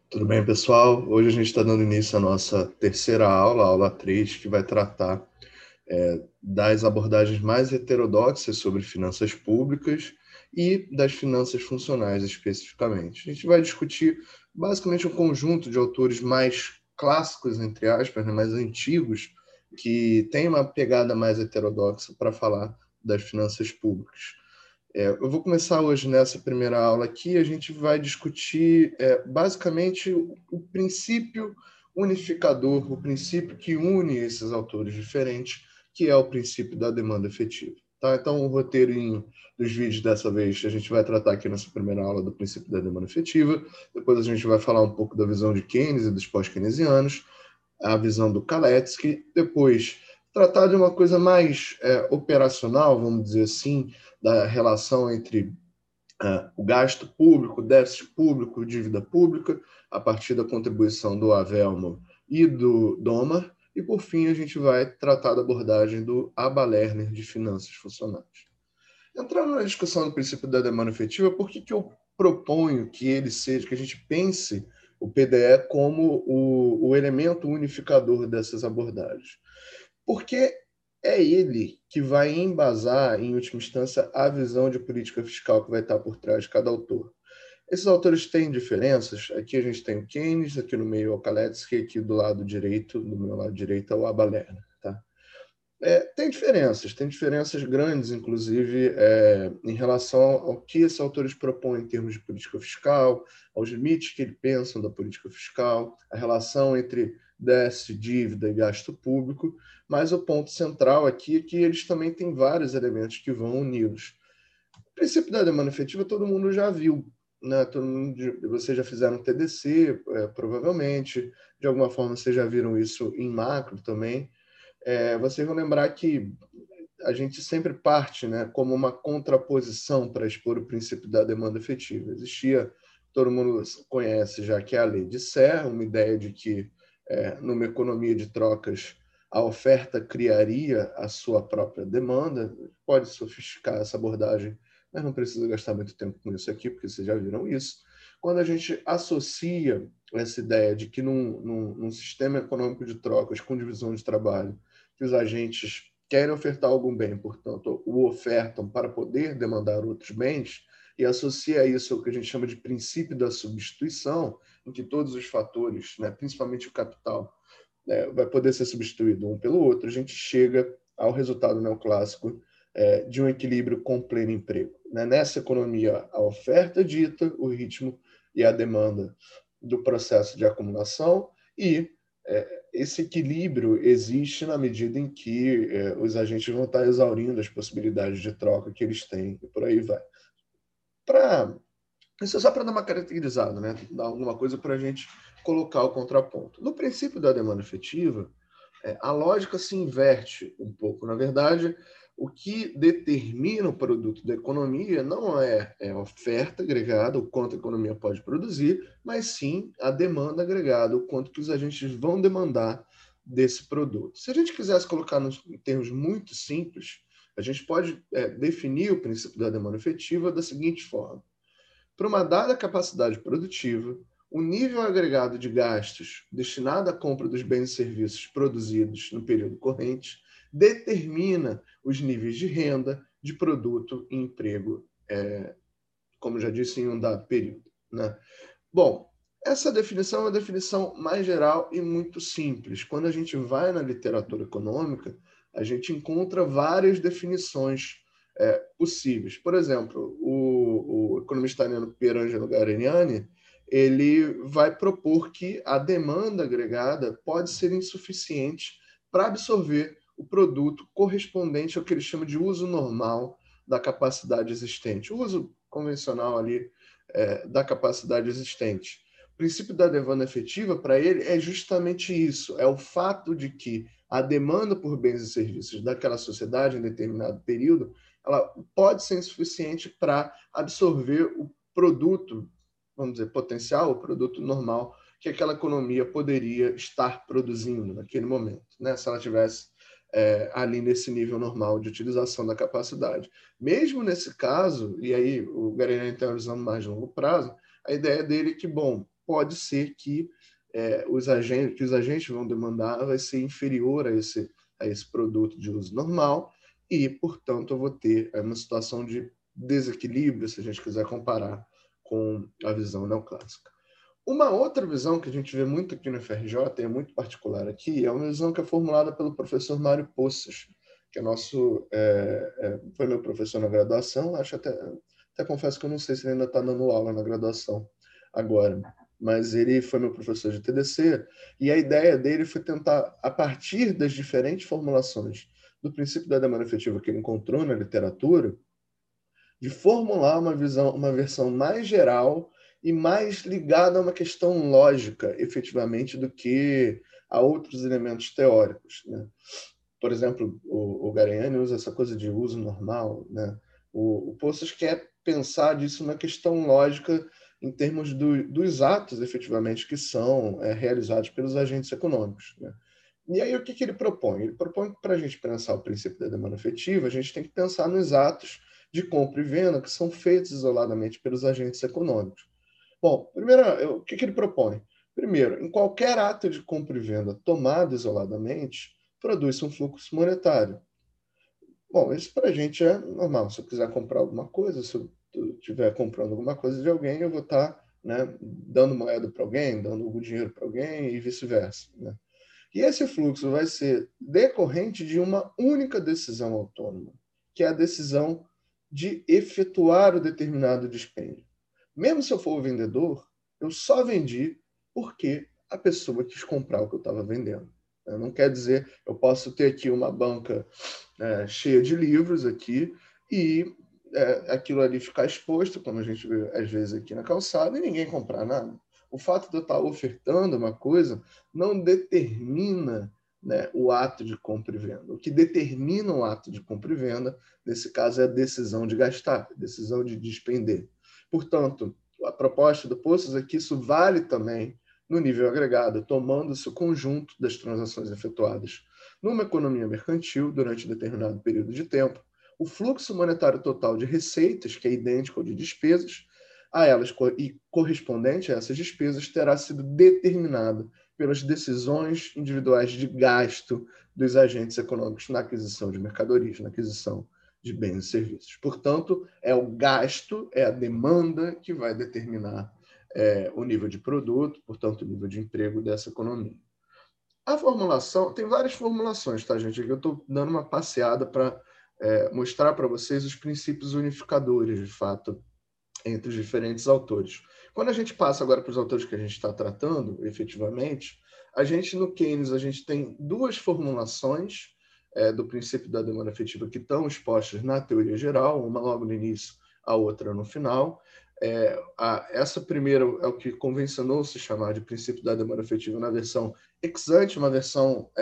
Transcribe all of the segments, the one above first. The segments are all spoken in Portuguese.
Tudo bem, pessoal? Hoje a gente está dando início à nossa terceira aula, a aula 3, que vai tratar das abordagens mais heterodoxas sobre finanças públicas e das finanças funcionais especificamente. A gente vai discutir basicamente um conjunto de autores mais clássicos, entre aspas, né, mais antigos, que tem uma pegada mais heterodoxa para falar das finanças públicas. Eu vou começar hoje nessa primeira aula aqui. A gente vai discutir basicamente o princípio unificador, o princípio que une esses autores diferentes, que é o princípio da demanda efetiva. Tá? Então, o roteirinho dos vídeos dessa vez, a gente vai tratar aqui nessa primeira aula do princípio da demanda efetiva. Depois a gente vai falar um pouco da visão de Keynes e dos pós-keynesianos, a visão do Kautsky. Depois, tratar de uma coisa mais operacional, vamos dizer assim, da relação entre o gasto público, déficit público, dívida pública, a partir da contribuição do Avelmo e do Domar. E, por fim, a gente vai tratar da abordagem do Abba Lerner de finanças funcionais. Entrando na discussão do princípio da demanda efetiva, por que eu proponho que ele seja, que a gente pense o PDE como o elemento unificador dessas abordagens? Porque é ele que vai embasar, em última instância, a visão de política fiscal que vai estar por trás de cada autor. Esses autores têm diferenças. Aqui a gente tem o Keynes, aqui no meio o Kautsky, aqui do lado direito, do meu lado direito é o Abba Lerner. Tá? Tem diferenças grandes, inclusive, em relação ao que esses autores propõem em termos de política fiscal, aos limites que eles pensam da política fiscal, a relação entre déficit, dívida e gasto público, mas o ponto central aqui é que eles também têm vários elementos que vão uni-los. O princípio da demanda efetiva todo mundo já viu, né? Vocês já fizeram TDC, provavelmente, de alguma forma vocês já viram isso em macro também. Vocês vão lembrar que a gente sempre parte, né, como uma contraposição para expor o princípio da demanda efetiva. Existia, todo mundo conhece já, que é a lei de Serre, uma ideia de que, numa economia de trocas, a oferta criaria a sua própria demanda. Pode sofisticar essa abordagem, mas não precisa gastar muito tempo com isso aqui, porque vocês já viram isso. Quando a gente associa essa ideia de que num sistema econômico de trocas com divisão de trabalho, que os agentes querem ofertar algum bem, portanto, o ofertam para poder demandar outros bens, e associa isso ao que a gente chama de princípio da substituição, em que todos os fatores, né, principalmente o capital, vai poder ser substituído um pelo outro, a gente chega ao resultado neoclássico de um equilíbrio com pleno emprego. Né? Nessa economia, a oferta dita o ritmo e a demanda do processo de acumulação, e esse equilíbrio existe na medida em que os agentes vão estar exaurindo as possibilidades de troca que eles têm, e por aí vai. Isso é só para dar uma caracterizada, né? Dar alguma coisa para a gente colocar o contraponto. No princípio da demanda efetiva, a lógica se inverte um pouco. Na verdade, o que determina o produto da economia não é a oferta agregada, o quanto a economia pode produzir, mas sim a demanda agregada, o quanto que os agentes vão demandar desse produto. Se a gente quisesse colocar em termos muito simples, a gente pode definir o princípio da demanda efetiva da seguinte forma: para uma dada capacidade produtiva, o nível agregado de gastos destinado à compra dos bens e serviços produzidos no período corrente determina os níveis de renda, de produto e emprego, como já disse, em um dado período. Né? Bom, essa definição é uma definição mais geral e muito simples. Quando a gente vai na literatura econômica, a gente encontra várias definições possíveis. Por exemplo, o economista italiano Pierangelo Garignani, ele vai propor que a demanda agregada pode ser insuficiente para absorver o produto correspondente ao que ele chama de uso normal da capacidade existente, o uso convencional ali da capacidade existente. O princípio da demanda efetiva, para ele, é justamente isso, é o fato de que a demanda por bens e serviços daquela sociedade em determinado período, ela pode ser insuficiente para absorver o produto, vamos dizer, potencial, o produto normal que aquela economia poderia estar produzindo naquele momento, né? Se ela tivesse ali nesse nível normal de utilização da capacidade. Mesmo nesse caso, e aí o Garignani tem uma visão mais de longo prazo, a ideia dele é que, bom, pode ser que os agentes vão demandar vai ser inferior a esse produto de uso normal e, portanto, eu vou ter uma situação de desequilíbrio, se a gente quiser comparar com a visão neoclássica. Uma outra visão que a gente vê muito aqui no FRJ, é muito particular aqui, é uma visão que é formulada pelo professor Mário Poças, que é foi meu professor na graduação, até confesso que eu não sei se ele ainda está dando aula na graduação agora, mas ele foi meu professor de TDC, e a ideia dele foi tentar, a partir das diferentes formulações do princípio da demanda efetiva que ele encontrou na literatura, de formular uma versão mais geral e mais ligada a uma questão lógica, efetivamente, do que a outros elementos teóricos, né? Por exemplo, o Gariani usa essa coisa de uso normal, né? O Poças quer pensar disso na questão lógica em termos dos atos, efetivamente, que são realizados pelos agentes econômicos, né? E aí, o que ele propõe? Ele propõe que, para a gente pensar o princípio da demanda efetiva, a gente tem que pensar nos atos de compra e venda que são feitos isoladamente pelos agentes econômicos. Bom, primeiro, o que ele propõe? Primeiro, em qualquer ato de compra e venda tomado isoladamente, produz um fluxo monetário. Bom, isso para a gente é normal. Se eu quiser comprar alguma coisa, se eu estiver comprando alguma coisa de alguém, eu vou estar, né, dando moeda para alguém, dando algum dinheiro para alguém e vice-versa, né? E esse fluxo vai ser decorrente de uma única decisão autônoma, que é a decisão de efetuar o determinado dispêndio. Mesmo se eu for o vendedor, eu só vendi porque a pessoa quis comprar o que eu estava vendendo. Não quer dizer, eu posso ter aqui uma banca cheia de livros aqui e aquilo ali ficar exposto, como a gente vê às vezes aqui na calçada, e ninguém comprar nada. O fato de eu estar ofertando uma coisa não determina, né, o ato de compra e venda. O que determina o ato de compra e venda, nesse caso, é a decisão de gastar, a decisão de despender. Portanto, a proposta do Poças é que isso vale também no nível agregado, tomando-se o conjunto das transações efetuadas numa economia mercantil durante determinado período de tempo. O fluxo monetário total de receitas, que é idêntico ao de despesas, a elas e correspondente a essas despesas, terá sido determinado pelas decisões individuais de gasto dos agentes econômicos na aquisição de mercadorias, na aquisição de bens e serviços. Portanto, é o gasto, é a demanda que vai determinar o nível de produto, portanto, o nível de emprego dessa economia. A formulação, tem várias formulações, tá, gente? Aqui eu estou dando uma passeada para mostrar para vocês os princípios unificadores, de fato, entre os diferentes autores. Quando a gente passa agora para os autores que a gente está tratando, efetivamente, no Keynes, a gente tem duas formulações do princípio da demanda efetiva que estão expostas na teoria geral, uma logo no início, a outra no final. Essa primeira é o que convencionou se chamar de princípio da demanda efetiva na versão ex ante, uma versão,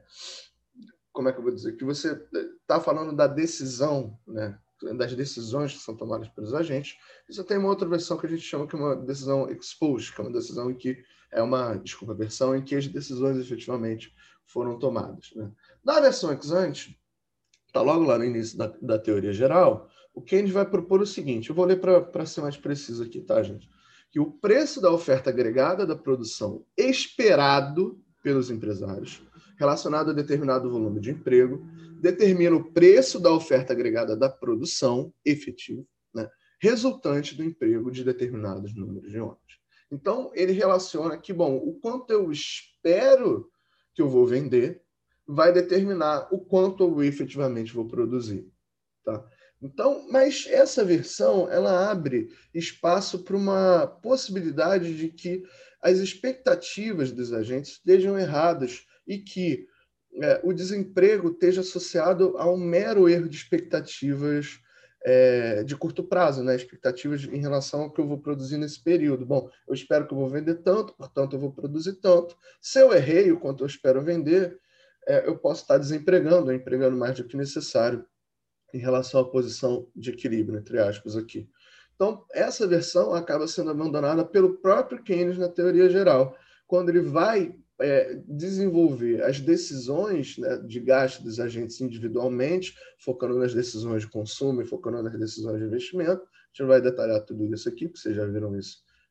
como é que eu vou dizer, que você está falando da decisão, né, das decisões que são tomadas pelos agentes. E você tem uma outra versão que a gente chama que é uma decisão ex post, que é uma decisão em que versão em que as decisões efetivamente foram tomadas, né? Na versão ex ante, está logo lá no início da teoria geral, o Keynes vai propor o seguinte, eu vou ler para ser mais preciso aqui, tá, gente? Que o preço da oferta agregada da produção esperado pelos empresários, relacionado a determinado volume de emprego, determina o preço da oferta agregada da produção efetiva, né, resultante do emprego de determinados números de homens. Então, ele relaciona que, bom, o quanto eu espero que eu vou vender vai determinar o quanto eu efetivamente vou produzir, tá? Então, mas essa versão, ela abre espaço para uma possibilidade de que as expectativas dos agentes estejam erradas e que o desemprego esteja associado a um mero erro de expectativas de curto prazo, né? Expectativas em relação ao que eu vou produzir nesse período. Bom, eu espero que eu vou vender tanto, portanto, eu vou produzir tanto. Se eu errei o quanto eu espero vender, eu posso estar desempregando, empregando mais do que necessário em relação à posição de equilíbrio, entre aspas, aqui. Então, essa versão acaba sendo abandonada pelo próprio Keynes na teoria geral, quando ele vai desenvolver as decisões, né, de gasto dos agentes individualmente, focando nas decisões de consumo e focando nas decisões de investimento. A gente não vai detalhar tudo isso aqui, porque vocês já viram isso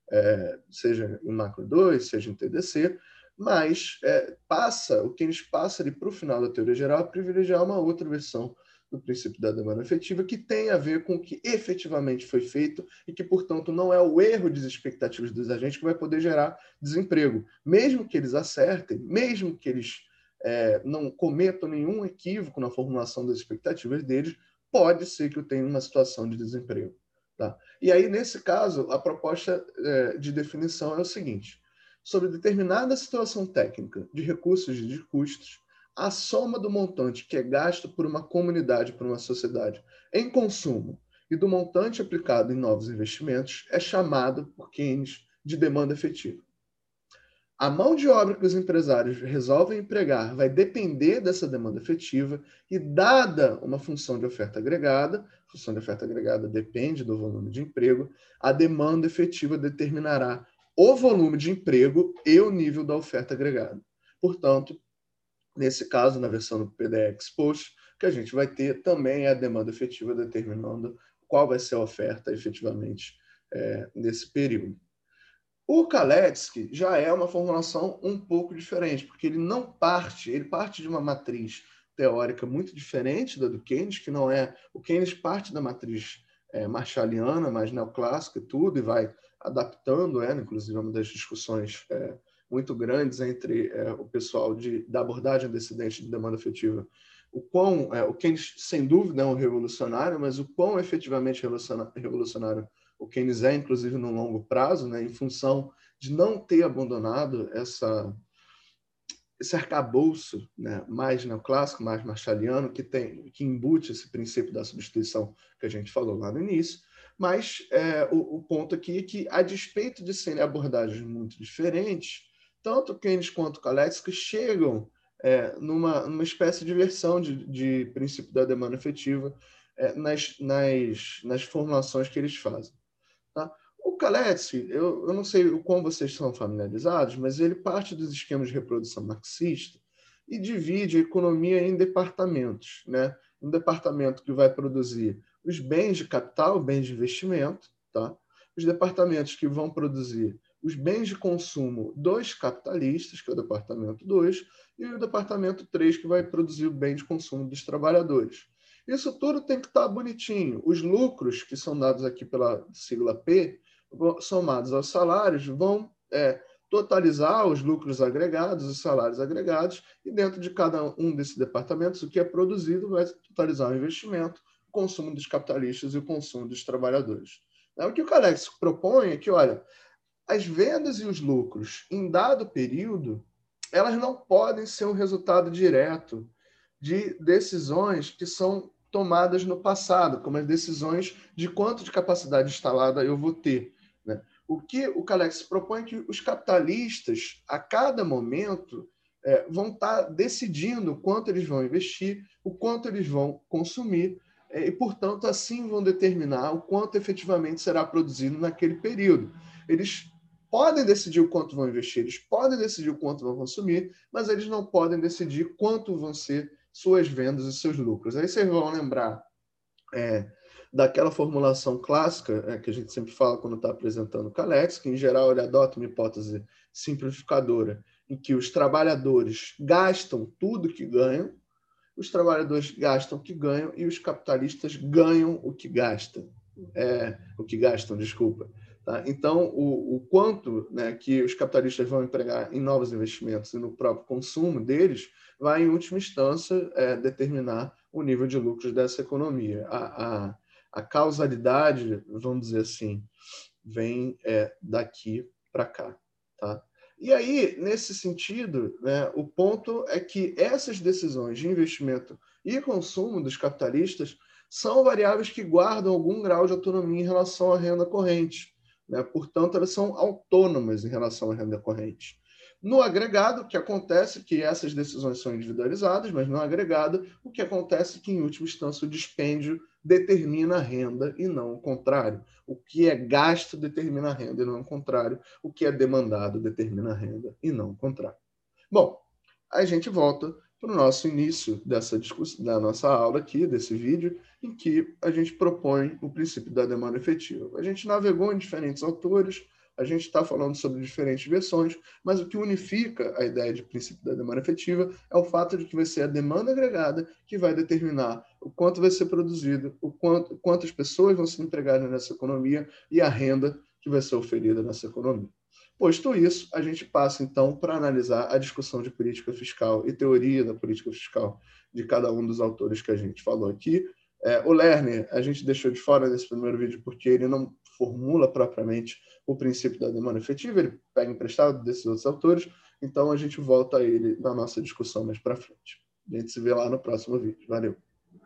seja em macro 2, seja em TDC, mas o Keynes passa ali para o final da teoria geral a privilegiar uma outra versão do princípio da demanda efetiva que tem a ver com o que efetivamente foi feito e que, portanto, não é o erro das expectativas dos agentes que vai poder gerar desemprego. Mesmo que eles acertem, mesmo que eles não cometam nenhum equívoco na formulação das expectativas deles, pode ser que eu tenha uma situação de desemprego. Tá? E aí, nesse caso, a proposta de definição é o seguinte: sobre determinada situação técnica de recursos e de custos, a soma do montante que é gasto por uma comunidade, por uma sociedade, em consumo e do montante aplicado em novos investimentos é chamado por Keynes de demanda efetiva. A mão de obra que os empresários resolvem empregar vai depender dessa demanda efetiva e, dada uma função de oferta agregada, a função de oferta agregada depende do volume de emprego, a demanda efetiva determinará o volume de emprego e o nível da oferta agregada. Portanto, nesse caso, na versão do PDE Expost, que a gente vai ter também a demanda efetiva determinando qual vai ser a oferta efetivamente nesse período. O Kalecki já é uma formulação um pouco diferente, porque ele parte de uma matriz teórica muito diferente da do Keynes, que não é... O Keynes parte da matriz marshalliana, mais neoclássica e tudo, e vai adaptando, inclusive uma das discussões muito grandes entre o pessoal da abordagem descendente de demanda efetiva. O Keynes, sem dúvida, é um revolucionário, mas o quão efetivamente revolucionário o Keynes inclusive, no longo prazo, em função de não ter abandonado esse arcabouço mais neoclássico, mais marshalliano, que embute esse princípio da substituição que a gente falou lá no início. Mas o ponto aqui é que, a despeito de serem abordagens muito diferentes, tanto Keynes quanto Kalecki chegam numa espécie de versão de princípio da demanda efetiva nas formulações que eles fazem. Tá? O Kalecki, eu não sei o quão vocês são familiarizados, mas ele parte dos esquemas de reprodução marxista e divide a economia em departamentos. Um departamento que vai produzir os bens de capital, bens de investimento, tá? Os departamentos que vão produzir os bens de consumo dos capitalistas, que é o departamento 2, e o departamento 3, que vai produzir o bem de consumo dos trabalhadores. Isso tudo tem que estar bonitinho. Os lucros, que são dados aqui pela sigla P, somados aos salários, vão totalizar os lucros agregados, os salários agregados, e dentro de cada um desses departamentos, o que é produzido vai totalizar o investimento, o consumo dos capitalistas e o consumo dos trabalhadores. O que o Kalecki propõe é que, olha, as vendas e os lucros em dado período, elas não podem ser um resultado direto de decisões que são tomadas no passado, como as decisões de quanto de capacidade instalada eu vou ter. O que o Kalecki propõe é que os capitalistas, a cada momento, vão estar decidindo quanto eles vão investir, o quanto eles vão consumir, e, portanto, assim vão determinar o quanto efetivamente será produzido naquele período. Eles podem decidir o quanto vão investir, eles podem decidir o quanto vão consumir, mas eles não podem decidir quanto vão ser suas vendas e seus lucros. Aí vocês vão lembrar daquela formulação clássica que a gente sempre fala quando está apresentando o Kalecki, que em geral ele adota uma hipótese simplificadora, em que os trabalhadores gastam tudo que ganham, os trabalhadores gastam o que ganham e os capitalistas ganham o que gastam. Desculpa. Tá? Então, o quanto que os capitalistas vão empregar em novos investimentos e no próprio consumo deles vai, em última instância, determinar o nível de lucros dessa economia. A causalidade, vamos dizer assim, vem daqui para cá. Tá? E aí, nesse sentido, o ponto é que essas decisões de investimento e consumo dos capitalistas são variáveis que guardam algum grau de autonomia em relação à renda corrente. Portanto, elas são autônomas em relação à renda corrente. No agregado, o que acontece é que essas decisões são individualizadas, mas no agregado, o que acontece é que, em última instância, o dispêndio determina a renda e não o contrário. O que é gasto determina a renda e não o contrário. O que é demandado determina a renda e não o contrário. Bom, a gente volta para o nosso início dessa discussão, da nossa aula aqui, desse vídeo, em que a gente propõe o princípio da demanda efetiva. A gente navegou em diferentes autores, A gente está falando sobre diferentes versões, mas o que unifica a ideia de princípio da demanda efetiva é o fato de que vai ser a demanda agregada que vai determinar o quanto vai ser produzido, quantas pessoas vão ser empregadas nessa economia e a renda que vai ser oferida nessa economia. Posto isso, a gente passa, então, para analisar a discussão de política fiscal e teoria da política fiscal de cada um dos autores que a gente falou aqui. O Lerner, a gente deixou de fora nesse primeiro vídeo porque ele não formula propriamente o princípio da demanda efetiva, ele pega emprestado desses outros autores, então a gente volta a ele na nossa discussão mais para frente. A gente se vê lá no próximo vídeo. Valeu!